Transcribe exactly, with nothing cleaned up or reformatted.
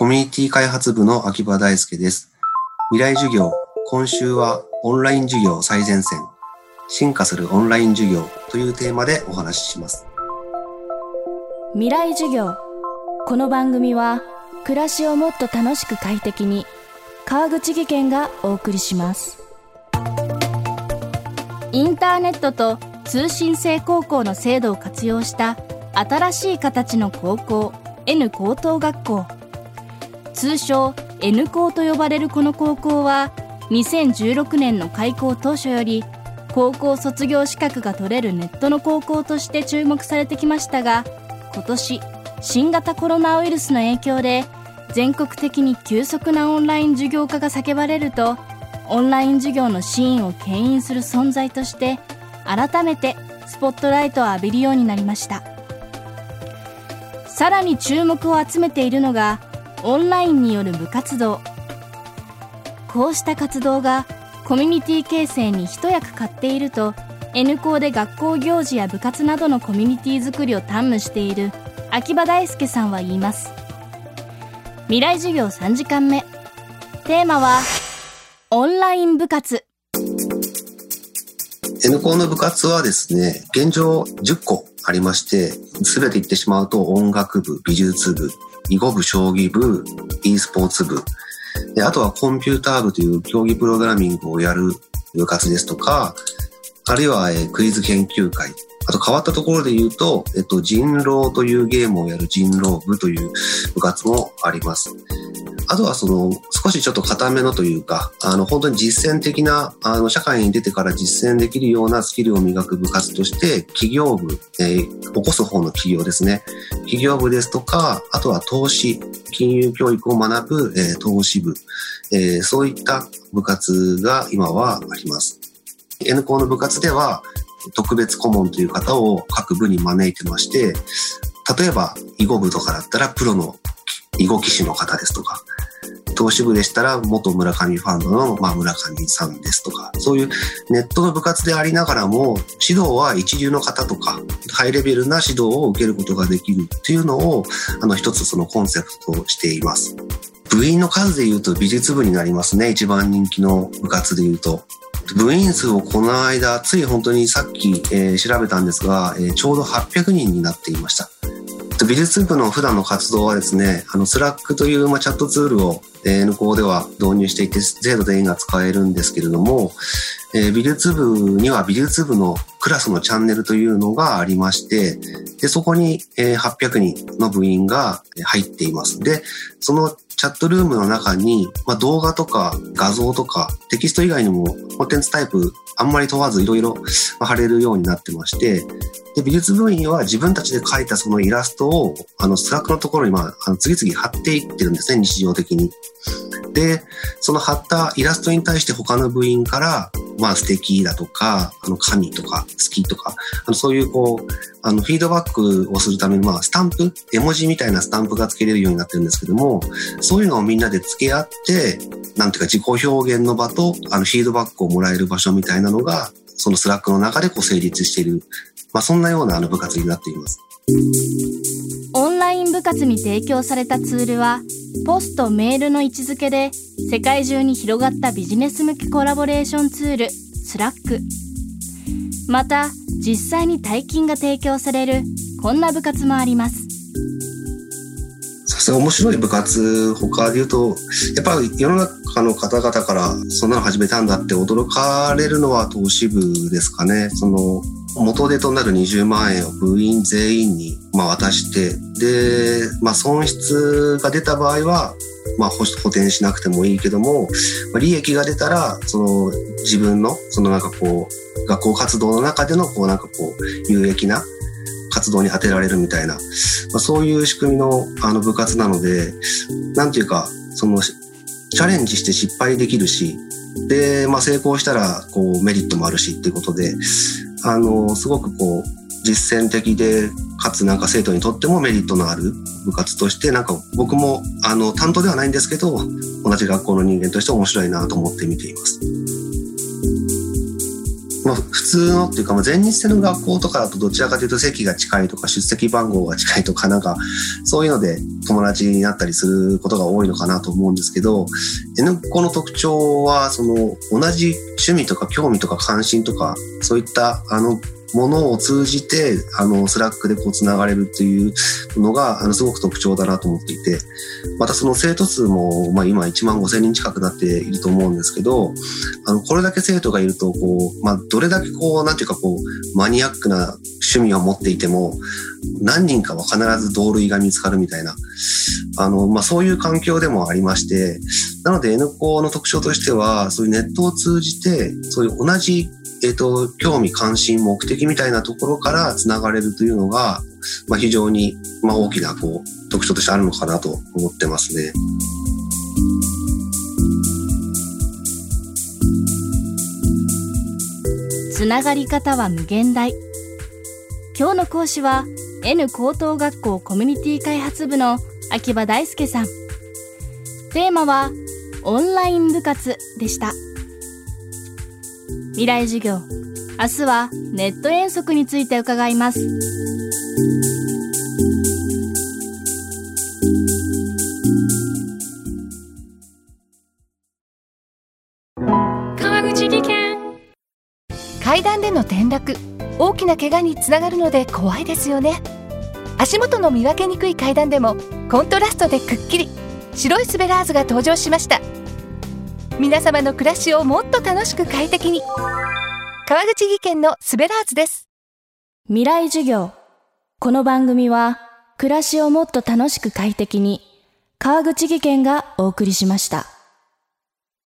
コミュニティ開発部の秋葉大輔です。未来授業、今週はオンライン授業最前線、進化するオンライン授業というテーマでお話しします。 未来授業。この番組は暮らしをもっと楽しく快適に、川口義賢がお送りします。インターネットと通信制高校の制度を活用した新しい形の高校、N 高等学校。通称 N 高と呼ばれるこの高校はにせんじゅうろくねんの開校当初より高校卒業資格が取れるネットの高校として注目されてきましたが、今年新型コロナウイルスの影響で全国的に急速なオンライン授業化が叫ばれると、オンライン授業のシーンを牽引する存在として改めてスポットライトを浴びるようになりました。さらに注目を集めているのがオンラインによる部活動。こうした活動がコミュニティ形成に一役買っていると N 校で学校行事や部活などのコミュニティ作りを担務している秋葉大輔さんは言います。未来授業さんじかんめ、テーマはオンライン部活。 N 校の部活はですね、現状じゅっこありまして、全て言ってしまうと音楽部、美術部、囲碁部、将棋部、e スポーツ部、であとはコンピューター部という競技プログラミングをやる部活ですとか、あるいは、えー、クイズ研究会、あと変わったところで言うと、えっと、人狼というゲームをやる人狼部という部活もあります。あとはその少しちょっと固めのというか、あの本当に実践的な、あの社会に出てから実践できるようなスキルを磨く部活として、企業部、えー、起こす方の企業ですね。企業部ですとか、あとは投資、金融教育を学ぶ、えー、投資部、えー、そういった部活が今はあります。N 校の部活では特別顧問という方を各部に招いてまして、例えば囲碁部とかだったらプロの囲碁棋士の方ですとか、投資部でしたら元村上ファンドの、まあ、村上さんですとか、そういうネットの部活でありながらも指導は一流の方とかハイレベルな指導を受けることができるっていうのを、あの一つそのコンセプトとしています。部員の数でいうと美術部になりますね。一番人気の部活でいうと。部員数をこの間、つい本当にさっき、えー、調べたんですが、えー、ちょうどはっぴゃくにんになっていました。美術部の普段の活動はですね、あのスラックという、まあ、チャットツールを N 校では導入していて、ゼロ全員が使えるんですけれども、えー、美術部には美術部のクラスのチャンネルというのがありまして、でそこに、えー、はっぴゃくにんの部員が入っています。で、そのチャットルームの中に、まあ、動画とか画像とかテキスト以外にもコンテンツタイプあんまり問わずいろいろ貼れるようになってまして、で美術部員は自分たちで描いたそのイラストをあのスラックのところに、まあ、あの次々貼っていってるんですね、日常的に。でその貼ったイラストに対して他の部員からまあ素敵だとか、あの神とか好きとか、あのそういうこうあのフィードバックをするために、まあスタンプ、絵文字みたいなスタンプが付けれるようになってるんですけども、そういうのをみんなで付け合って、なんていうか自己表現の場とあのフィードバックをもらえる場所みたいなのが、そのスラックの中でこう成立している、まあそんなようなあの部活になっています。 オンライン部活に提供されたツールはポストメールの位置づけで世界中に広がったビジネス向けコラボレーションツールスラック。また実際に大金が提供されるこんな部活もあります。 さすが面白い部活、他で言うとやっぱり世の中の方々からそんなの始めたんだって驚かれるのは投資部ですかね。その元手となるにじゅうまんえんを部員全員にまあ渡して、で、まあ、損失が出た場合はまあ補填しなくてもいいけども、まあ、利益が出たらその自分のそのなんかこう学校活動の中でのこうなんかこう有益な活動に当てられるみたいな、まあ、そういう仕組みのあの部活なので、なんていうかそのチャレンジして失敗できるし、で、まあ、成功したらこうメリットもあるしっていうことで、あのすごくこう実践的でかつなんか生徒にとってもメリットのある部活として、なんか僕もあの担当ではないんですけど、同じ学校の人間として面白いなと思って見ています。まあ、普通のっていうか、全日制の学校とかだとどちらかというと席が近いとか出席番号が近いとか、なんかそういうので友達になったりすることが多いのかなと思うんですけど、N 子の特徴は、その同じ趣味とか興味とか関心とか、そういったあのものを通じて、あのスラックでこうつながれるっていうのが、あのすごく特徴だなと思っていて、またその生徒数も、まあ今いちまんごせんにん近くなっていると思うんですけど、あのこれだけ生徒がいると、こう、まあどれだけこう、なんていうかこう、マニアックな趣味を持っていても、何人かは必ず同類が見つかるみたいな、あの、まあそういう環境でもありまして、なので N 子の特徴としては、そういうネットを通じて、そういう同じえっと、興味関心目的みたいなところからつながれるというのが、まあ、非常に、まあ、大きなこう特徴としてあるのかなと思ってますね。 つながり方は無限大。今日の講師は N 高等学校コミュニティ開発部の秋葉大輔さん。テーマはオンライン部活でした。未来授業、明日はネット遠足について伺います。 川口技研。階段での転落、大きな怪我につながるので怖いですよね。足元の見分けにくい階段でもコントラストでくっきり白いスベラーズが登場しました。皆様の暮らしをもっと楽しく快適に、川口技研のスベラーズです。 未来授業。この番組は暮らしをもっと楽しく快適に、川口技研がお送りしました。